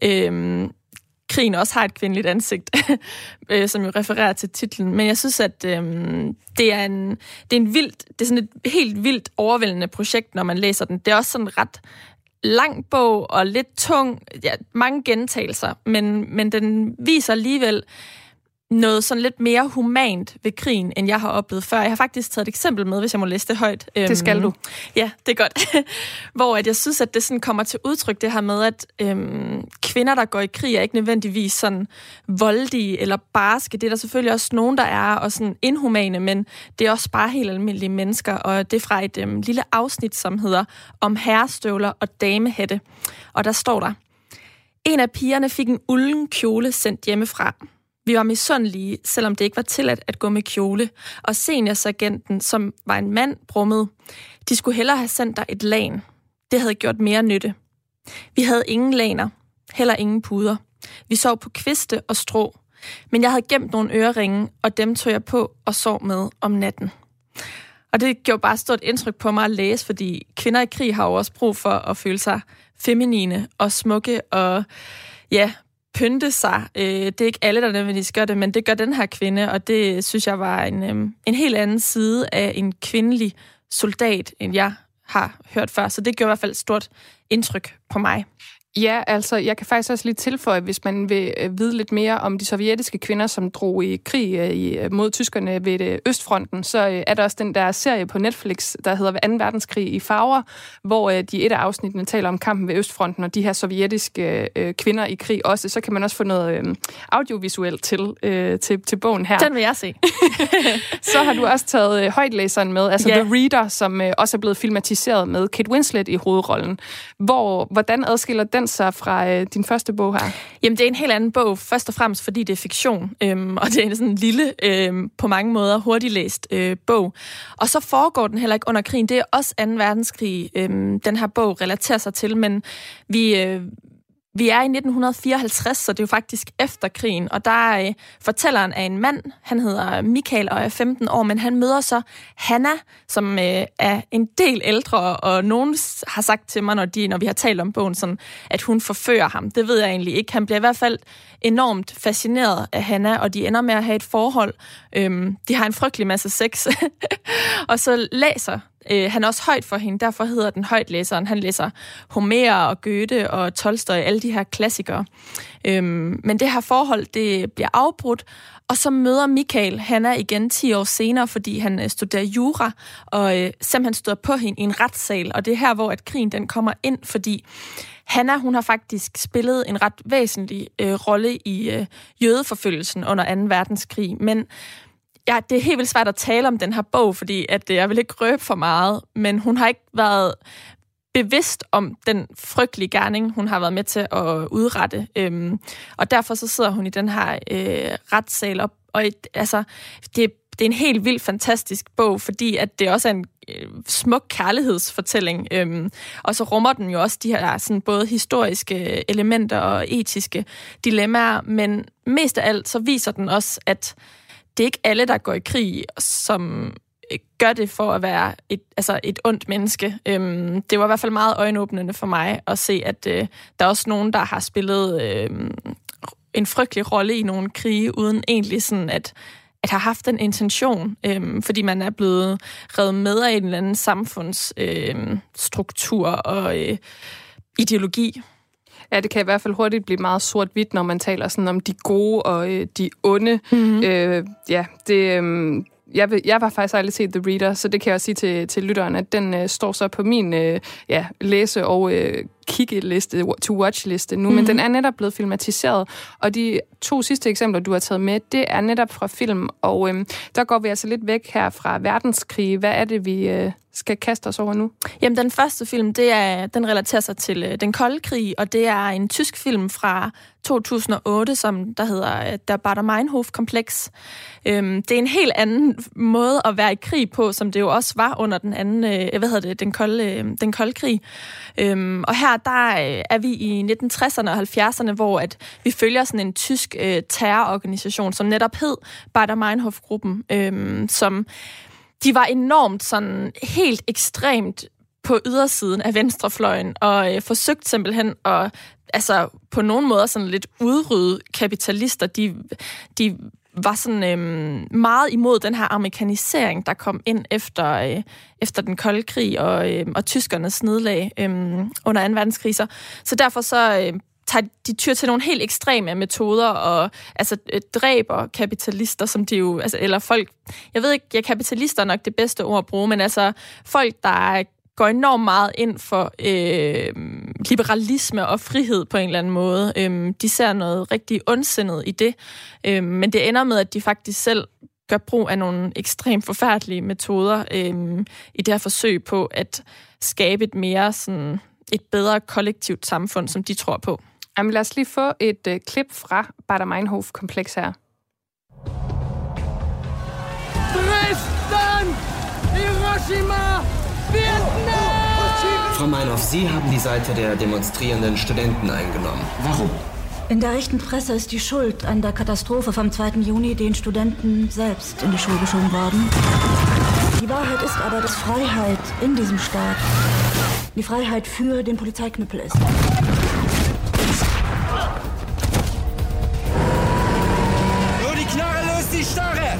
krigen også har et kvindeligt ansigt, som jo refererer til titlen. Men jeg synes, at det er sådan et helt vildt overvældende projekt, når man læser den. Det er også sådan en ret lang bog og lidt tung, ja, mange gentagelser, men den viser alligevel noget sådan lidt mere humant ved krigen, end jeg har oplevet før. Jeg har faktisk taget et eksempel med, hvis jeg må læse det højt. Det skal du. Ja, det er godt. Hvor at jeg synes, at det sådan kommer til udtryk, det her med, at kvinder, der går i krig, er ikke nødvendigvis sådan voldelige eller barske. Det er der selvfølgelig også nogen, der er, og sådan inhumane, men det er også bare helt almindelige mennesker, og det er fra et lille afsnit, som hedder Om herrestøvler og damehætte. Og der står der: En af pigerne fik en ulden kjole sendt hjemmefra. Vi var misundelige, selvom det ikke var tilladt at gå med kjole, og seniorsergenten, som var en mand, brummede: De skulle hellere have sendt dig et lagen. det havde gjort mere nytte. Vi havde ingen laner, heller ingen puder. Vi sov på kviste og strå, men jeg havde gemt nogle øreringe, og dem tog jeg på og sov med om natten. Og det gjorde bare stort indtryk på mig at læse, fordi kvinder i krig har jo også brug for at føle sig feminine og smukke og pynte sig. Det er ikke alle, der nødvendigvis gør det, men det gør den her kvinde, og det synes jeg var en helt anden side af en kvindelig soldat, end jeg har hørt før. Så det gjorde i hvert fald et stort indtryk på mig. Ja, altså, jeg kan faktisk også lige tilføje, hvis man vil vide lidt mere om de sovjetiske kvinder, som drog i krig mod tyskerne ved Østfronten, så er der også den der serie på Netflix, der hedder 2. verdenskrig i farver, hvor de i et af afsnittene taler om kampen ved Østfronten, og de her sovjetiske kvinder i krig også. Så kan man også få noget audiovisuelt til bogen her. Den vil jeg se. Så har du også taget højtlæseren med, altså The Reader, som også er blevet filmatiseret med Kate Winslet i hovedrollen. Hvordan adskiller den sig fra din første bog her? Jamen, det er en helt anden bog, først og fremmest fordi det er fiktion, og det er sådan en lille, på mange måder hurtigt læst bog. Og så foregår den heller ikke under krigen. Det er også 2. verdenskrig, den her bog relaterer sig til, men vi er i 1954, så det er jo faktisk efter krigen, og der fortælleren er en mand, han hedder Michael og er 15 år, men han møder så Hanna, som er en del ældre, og nogen har sagt til mig, når vi har talt om bogen, sådan, at hun forfører ham. Det ved jeg egentlig ikke. Han bliver i hvert fald enormt fascineret af Hanna, og de ender med at have et forhold. De har en frygtelig masse sex, og så læser han er også højt for hende, derfor hedder den højtlæseren. Han læser Homer og Goethe og Tolstoj, alle de her klassikere. Men det her forhold, det bliver afbrudt, og så møder Michael Hanna igen 10 år senere, fordi han studerer jura, og simpelthen støder på hende i en retssal, og det er her, hvor at krigen den kommer ind, fordi Hanna, hun har faktisk spillet en ret væsentlig rolle i jødeforfølgelsen under 2. verdenskrig, men ja, det er helt vildt svært at tale om den her bog, fordi at jeg vil ikke røbe for meget, men hun har ikke været bevidst om den frygtelige gerning, hun har været med til at udrette. Og derfor så sidder hun i den her retssal, og det er en helt vildt fantastisk bog, fordi at det også er en smuk kærlighedsfortælling. Og så rummer den jo også de her sådan, både historiske elementer og etiske dilemmaer, men mest af alt så viser den også, at det er ikke alle, der går i krig, som gør det for at være et ondt menneske. Det var i hvert fald meget øjenåbnende for mig at se, at der er også nogen, der har spillet en frygtelig rolle i nogle krige, uden egentlig sådan at have haft en intention, fordi man er blevet revet med af en eller anden samfundsstruktur og ideologi. Ja, det kan i hvert fald hurtigt blive meget sort-hvidt, når man taler sådan om de gode og de onde. Mm-hmm. Jeg var faktisk aldrig set The Reader, så det kan jeg også sige til lytteren, at den står så på min læse- og kiggeliste, to-watch-liste nu, men den er netop blevet filmatiseret, og de 2 sidste eksempler, du har taget med, det er netop fra film, og der går vi altså lidt væk her fra verdenskrig. Hvad er det, vi skal kaste os over nu? Jamen, den første film, den relaterer sig til den kolde krig, og det er en tysk film fra 2008, der hedder Der Baader-Meinhof-kompleks. Det er en helt anden måde at være i krig på, som det jo også var under den anden, den kolde krig. Og her, der er vi i 1960'erne og 70'erne, hvor at vi følger sådan en tysk terrororganisation, som netop hed Baader-Meinhof-gruppen, som de var enormt sådan helt ekstremt på ydersiden af venstrefløjen, og forsøgte simpelthen at på nogle måder sådan lidt udrydde kapitalister. De var sådan meget imod den her amerikanisering, der kom ind efter den kolde krig og tyskernes nederlag under 2. verdenskrig. Så derfor så tager de tyr til nogle helt ekstreme metoder og dræber kapitalister, som de jo eller folk. Jeg ved ikke, kapitalister er nok det bedste ord at bruge, men folk der går enormt meget ind for liberalisme og frihed på en eller anden måde. De ser noget rigtig ondsindet i det, men det ender med, at de faktisk selv gør brug af nogle ekstremt forfærdelige metoder i det her forsøg på at skabe et bedre kollektivt samfund, som de tror på. Jamen, lad os lige få et klip fra Baader-Meinhof-kompleks her. Dresden! Hiroshima! Vietnam! Frau Meinhof, Sie haben die Seite der demonstrierenden Studenten eingenommen. Warum? In der rechten Presse ist die Schuld an der Katastrophe vom 2. Juni den Studenten selbst in die Schuhe geschoben worden. Die Wahrheit ist aber, dass Freiheit in diesem Staat die Freiheit für den Polizeiknüppel ist. Nur die Knarre löst die Starre!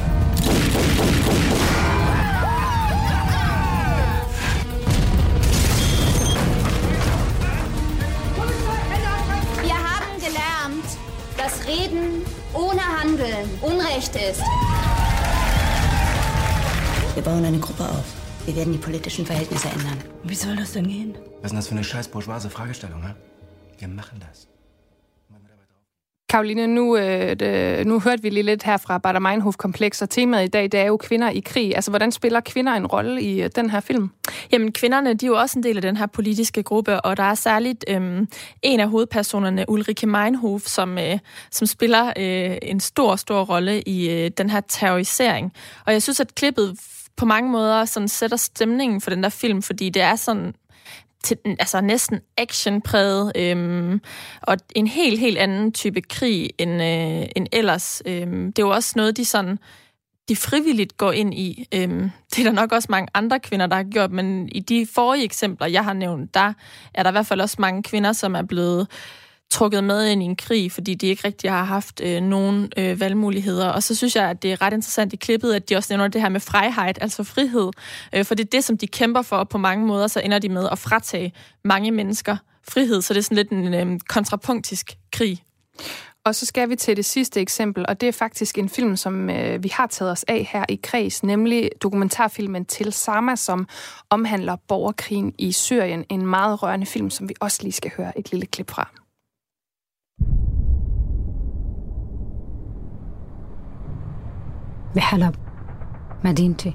Wir haben gelernt, dass Reden ohne Handeln Unrecht ist. Wir bauen eine Gruppe auf. Wir werden die politischen Verhältnisse ändern. Wie soll das denn gehen? Was ist denn das für eine scheiß bourgeoise Fragestellung, ne? Wir machen das. Karoline, nu hørte vi lige lidt her fra Baader Meinhof-kompleks, og temaet i dag, det er jo kvinder i krig. Altså, hvordan spiller kvinder en rolle i den her film? Jamen, kvinderne, de er jo også en del af den her politiske gruppe, og der er særligt en af hovedpersonerne, Ulrike Meinhof, som spiller en stor rolle i den her terrorisering. Og jeg synes, at klippet på mange måder sådan sætter stemningen for den der film, fordi det er sådan næsten actionpræget, og en helt anden type krig end ellers. Det er jo også noget, de frivilligt går ind i. Det er der nok også mange andre kvinder, der har gjort, men i de forrige eksempler, jeg har nævnt, der er der i hvert fald også mange kvinder, som er blevet trukket med ind i en krig, fordi de ikke rigtig har haft nogen valgmuligheder. Og så synes jeg, at det er ret interessant i klippet, at de også nævner det her med Freiheit, altså frihed. For det er det, som de kæmper for, og på mange måder så ender de med at fratage mange mennesker frihed. Så det er sådan lidt en kontrapunktisk krig. Og så skal vi til det sidste eksempel, og det er faktisk en film, som vi har taget os af her i Kreds, nemlig dokumentarfilmen Til Sama, som omhandler borgerkrigen i Syrien. En meget rørende film, som vi også lige skal høre et lille klip fra. بحلب مدينتي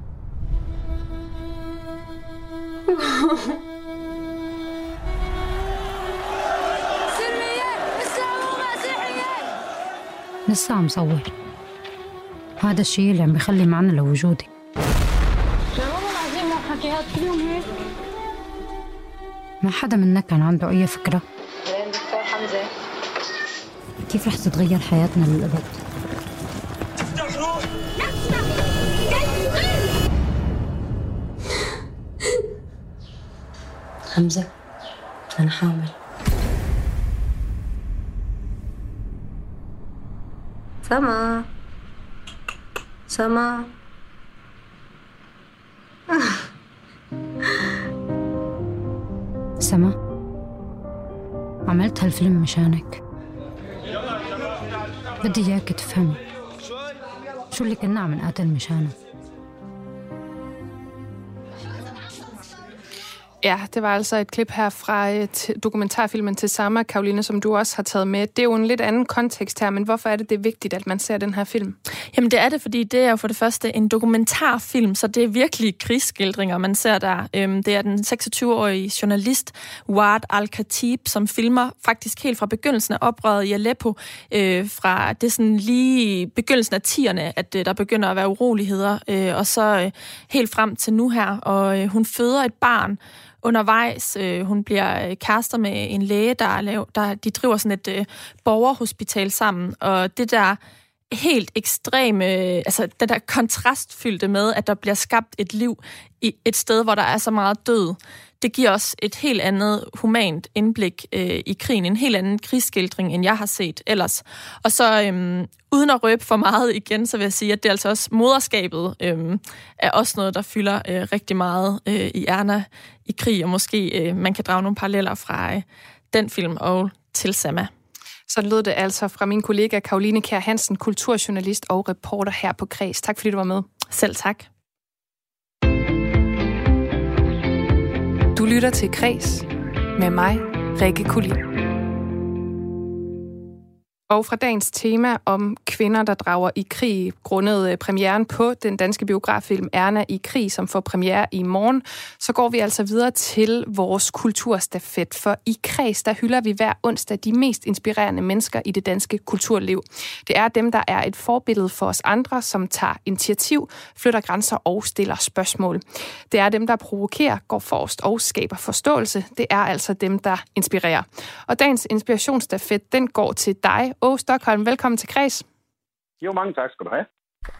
لسه عم صور هذا الشيء اللي عم بيخلي معنا لوجودي ما حدا منا كان عنده أي فكرة كيف رح تتغير حياتنا للأبد. حمزة أنا حامل. سما سما سما عملت هالفيلم مشانك. بدي إياك تفهمي شو اللي كنا عم نقاتل مشانه. Ja, det var altså et klip her fra dokumentarfilmen Til Sama, Karoline, som du også har taget med. Det er jo en lidt anden kontekst her, men hvorfor er det vigtigt, at man ser den her film? Jamen det er det, fordi det er jo for det første en dokumentarfilm, så det er virkelig krigsskildringer, man ser der. Det er den 26-årige journalist Ward Al-Khatib, som filmer faktisk helt fra begyndelsen af oprøret i Aleppo, fra det sådan lige begyndelsen af 10'erne, at der begynder at være uroligheder, og så helt frem til nu her, og hun føder et barn undervejs. Hun bliver kærester med en læge, de driver sådan et borgerhospital sammen, og det der helt ekstreme, altså det der kontrastfyldte med, at der bliver skabt et liv i et sted, hvor der er så meget død, det giver os et helt andet humant indblik i krigen, en helt anden krigsskildring, end jeg har set ellers. Og så uden at røbe for meget igen, så vil jeg sige, at det er altså også moderskabet er også noget, der fylder rigtig meget i Erna i krig, og måske man kan drage nogle paralleller fra den film og Til Sama. Så lød det altså fra min kollega Caroline Kjær Hansen, kulturjournalist og reporter her på Kreds. Tak fordi du var med. Selv tak. Du lytter til Kreds med mig, Rikke Kulin. Og fra dagens tema om kvinder, der drager i krig, grundet premieren på den danske biograffilm Erna i krig, som får premiere i morgen, så går vi altså videre til vores kulturstafet. For i Kreds, der hylder vi hver onsdag de mest inspirerende mennesker i det danske kulturliv. Det er dem, der er et forbillede for os andre, som tager initiativ, flytter grænser og stiller spørgsmål. Det er dem, der provokerer, går forrest og skaber forståelse. Det er altså dem, der inspirerer. Og dagens inspirationsstafet, den går til dig, Åge Stockholm. Velkommen til Kreds. Jo, mange tak skal du have.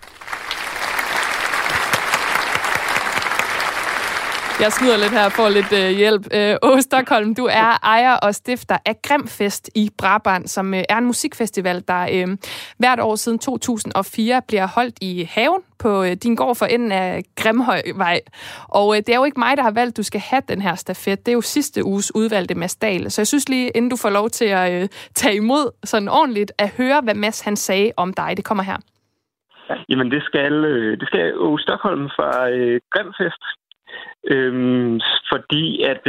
Jeg snyder lidt her for lidt hjælp. Åge Stockholm, du er ejer og stifter af Grimfest i Brabrand, som er en musikfestival, der hvert år siden 2004 bliver holdt i haven på din gård for enden af Grimhøjvej. Og det er jo ikke mig, der har valgt, at du skal have den her stafet. Det er jo sidste uges udvalgte Mads Dahl. Så jeg synes lige, inden du får lov til at tage imod sådan ordentligt, at høre, hvad Mads han sagde om dig. Det kommer her. Jamen, det skal Åge Stockholm fra Grimfest. Fordi at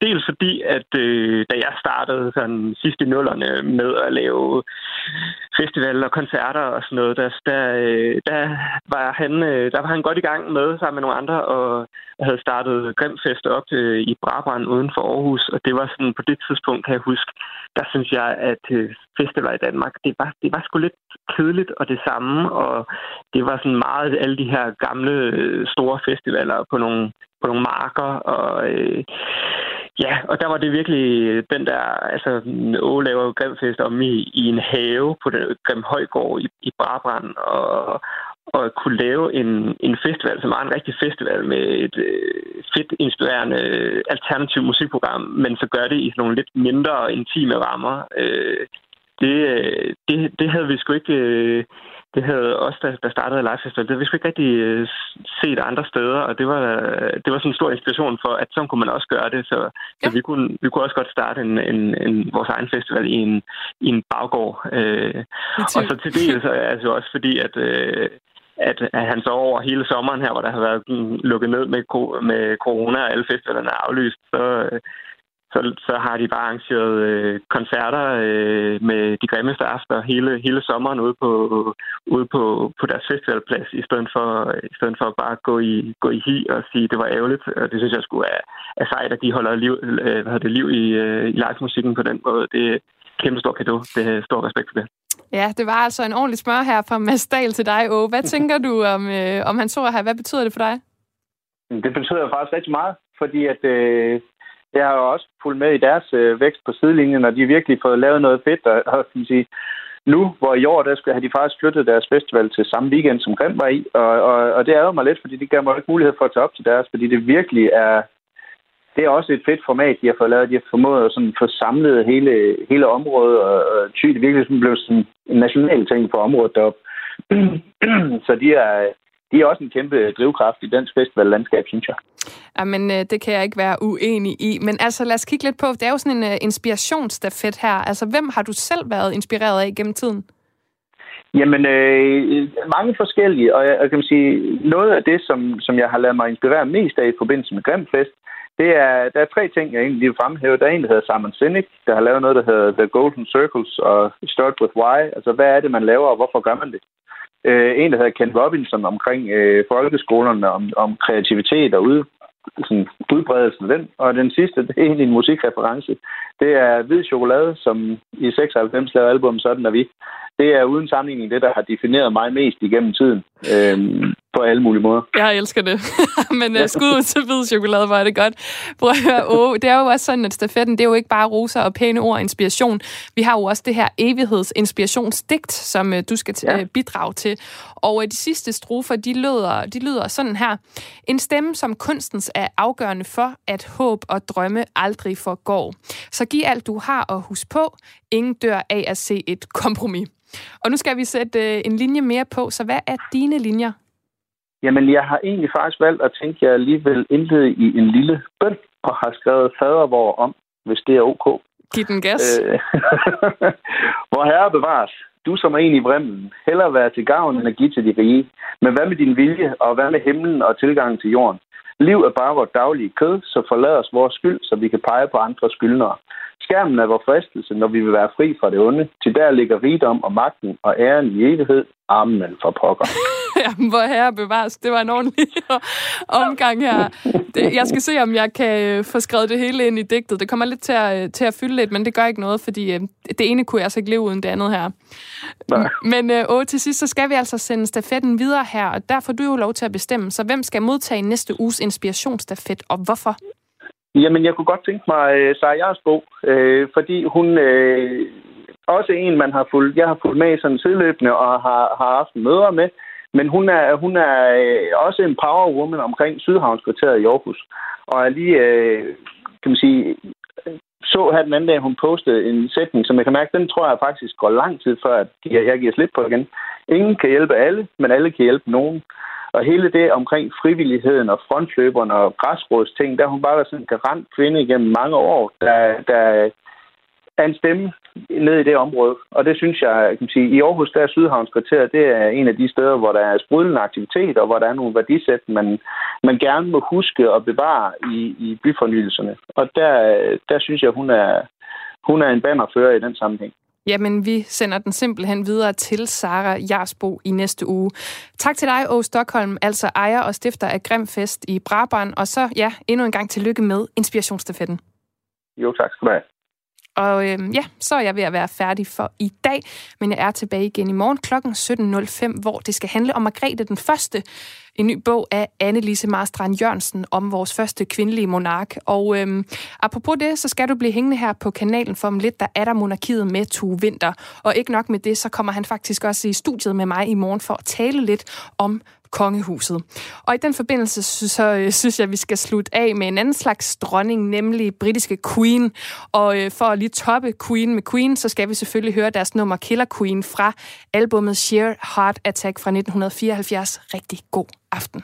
da jeg startede sådan sidst i nullerne med at lave festivaler og koncerter og sådan noget, der var han godt i gang med sammen med nogle andre og havde startet Grimfest op i Brabrand uden for Aarhus, og det var sådan på det tidspunkt, kan jeg huske, der synes jeg, at festivaler i Danmark, det var sgu lidt kedeligt og det samme, og det var sådan meget alle de her gamle store festivaler på nogle marker, og der var det virkelig den der, altså Åge laver Grimfest om i en have på den Grimhøjgård i Brabrand, og kunne lave en festival, som var en rigtig festival med et fedt, inspirerende, alternativt musikprogram, men så gør det i nogle lidt mindre intime rammer. Det havde vi sgu ikke... Det havde også, der startede Live Festival, det havde vi sgu ikke rigtig set andre steder, og det var sådan en stor inspiration for, at sådan kunne man også gøre det. Så vi kunne også godt starte vores egen festival i en baggård. Og så til dels altså også fordi, at han så over hele sommeren her, hvor der har været lukket ned med corona, og alle festivalerne er aflyst, så har de bare arrangeret koncerter med de grimmeste aftener hele sommeren ude på deres festivalplads, i stedet for bare at gå i hi og sige, det var ærgerligt. Og det synes jeg skulle er sejt, at de holder liv i live-musikken på den måde. Det er kæmpe stor cadeau. Det er stor respekt for det. Ja, det var altså en ordentlig smør her fra Mads Dahl til dig, Åge. Hvad tænker du om hans ord her? Hvad betyder det for dig? Det betyder faktisk rigtig meget, fordi at jeg har jo også fulgt med i deres vækst på sidelinjen, og de har virkelig fået lavet noget fedt. Og kan sige, nu, hvor i år, der har de faktisk flyttet deres festival til samme weekend, som Grim var i. Og det ærger mig lidt, fordi det gav mig ikke mulighed for at tage op til deres, fordi det virkelig er... Det er også et fedt format, de har fået lavet. De har formået at sådan få samlet hele området, og Thy det virkelig blev sådan en national ting på området deroppe. Så de er også en kæmpe drivkraft i dansk festivallandskab, synes jeg. Jamen, det kan jeg ikke være uenig i. Men altså, lad os kigge lidt på, det er jo sådan en inspirationsstafet her. Altså, hvem har du selv været inspireret af gennem tiden? Jamen, mange forskellige. Og jeg kan sige, noget af det, som jeg har ladet mig inspirere mest af i forbindelse med Grimfest, der er 3 ting, jeg egentlig vil fremhæve. Der er en, der hedder Simon Sinek, der har lavet noget, der hedder The Golden Circles og Start With Why. Altså, hvad er det, man laver, og hvorfor gør man det? En, der hedder Ken Robinson omkring folkeskolerne, om kreativitet og udbredelsen af den. Og den sidste, det er egentlig en musikreference. Det er Hvid Chokolade, som i 96 lavede album Sådan er vi. Det er uden sammenligning det, der har defineret mig mest igennem tiden. På alle mulige måder. Jeg elsker det. Men skud ud til Hvid Chokolade, hvor er det godt. Prøv at høre, Åge, det er jo også sådan, at stafetten, det er jo ikke bare roser og pæne ord og inspiration. Vi har jo også det her evighedsinspirationsdigt, som du skal bidrage til. Og de sidste strofer, de lyder sådan her. En stemme som kunstens er afgørende for, at håb og drømme aldrig forgår. Så giv alt du har og husk på, ingen dør af at se et kompromis. Og nu skal vi sætte en linje mere på, så hvad er dine linjer? Jamen, jeg har egentlig faktisk valgt at tænke, at jeg alligevel indlede i en lille bøn, og har skrevet fadervor om, hvis det er ok. Giv den gas. Hvor herre bevares, du som er en i vrimlen, hellere være til gavn end at give til de rige. Men hvad med din vilje, og hvad med himlen og tilgangen til jorden? Liv er bare vores daglige kød, så forlad os vores skyld, så vi kan pege på andre skyldnere. Skærmen er vores fristelse, når vi vil være fri fra det onde. Til der ligger rigdom og magten og æren i evighed. Amen for pokker. Jamen, hvor herre bevares. Det var en ordentlig omgang her. Jeg skal se, om jeg kan få skrevet det hele ind i digtet. Det kommer lidt til at fylde lidt, men det gør ikke noget, fordi det ene kunne jeg altså ikke leve uden det andet her. Nej. Men til sidst, så skal vi altså sende stafetten videre her, og der får du jo lov til at bestemme. Så hvem skal modtage næste uges inspirationsstafet, og hvorfor? Jamen, jeg kunne godt tænke mig Sara Jersbo, fordi hun også en, jeg har fulgt med i sådan sideløbende og har haft møder med, men hun er også en power woman omkring Sydhavnskvarteret i Aarhus, og er lige, kan man sige, så her den anden dag, hun postede en sætning, som jeg kan mærke, den tror jeg faktisk går lang tid før, at jeg giver slip på igen. Ingen kan hjælpe alle, men alle kan hjælpe nogen. Og hele det omkring frivilligheden og frontløberne og græsrådsting, der har hun bare været sådan en garant kvinde igennem mange år, der er en stemme ned i det område. Og det synes jeg kan sige, i Aarhus, der er Sydhavnskvarteret, det er en af de steder, hvor der er sprudlende aktivitet, og hvor der er nogle værdisæt, man gerne må huske og bevare i byfornyelserne. Og der synes jeg, hun er en bannerfører i den sammenhæng. Jamen, vi sender den simpelthen videre til Sara Jersbo i næste uge. Tak til dig, Åge Stockholm, altså ejer og stifter af Grimfest i Brabrand. Og så, endnu en gang tillykke med inspirationsstafetten. Jo, tak skal du have. Og så er jeg ved at være færdig for i dag, men jeg er tilbage igen i morgen kl. 17.05, hvor det skal handle om Margrethe den Første. En ny bog af Anne-Lise Marstrand Jørgensen om vores første kvindelige monark. Og apropos det, så skal du blive hængende her på kanalen, for om lidt, der er der monarkiet med Tue Winther. Og ikke nok med det, så kommer han faktisk også i studiet med mig i morgen for at tale lidt om kongehuset. Og i den forbindelse, så synes jeg, at vi skal slutte af med en anden slags dronning, nemlig britiske Queen. Og for at lige toppe Queen med Queen, så skal vi selvfølgelig høre deres nummer Killer Queen fra albumet Sheer Heart Attack fra 1974. Rigtig god aften.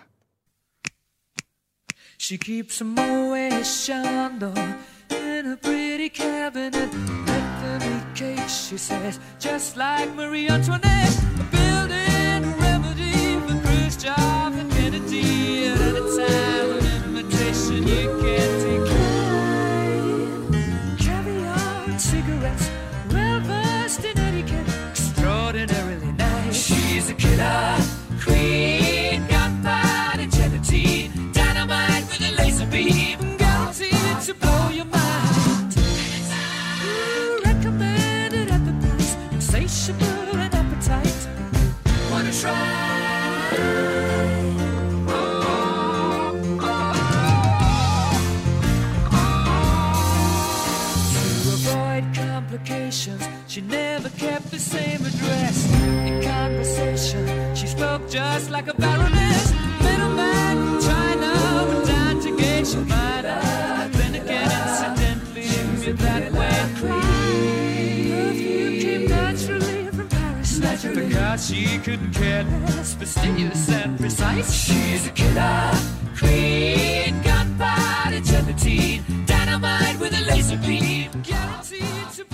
She keeps a Moet Chandon in a pretty cabinet. Bethany cake, she says, just like Marie Antoinette. A building remedy for Khrushchev and Kennedy. At any time of invitation, you can take caviar and cigarettes. Well versed in etiquette, extraordinarily nice. She's a killer queen, gunpowder gelatine, dynamite with a laser beam, guaranteed to blow your mind. Recommended at the price, insatiable and appetite. Wanna try? She never kept the same address. In conversation, she spoke just like a baroness. Middleman from China went down to gauge your mind. Then again, incidentally, you're that way. Perfume came naturally from Paris. Naturally. Because she couldn't care less, fastidious and precise. She's a killer queen, gunpowder gelatine, dynamite with a laser beam, guaranteed to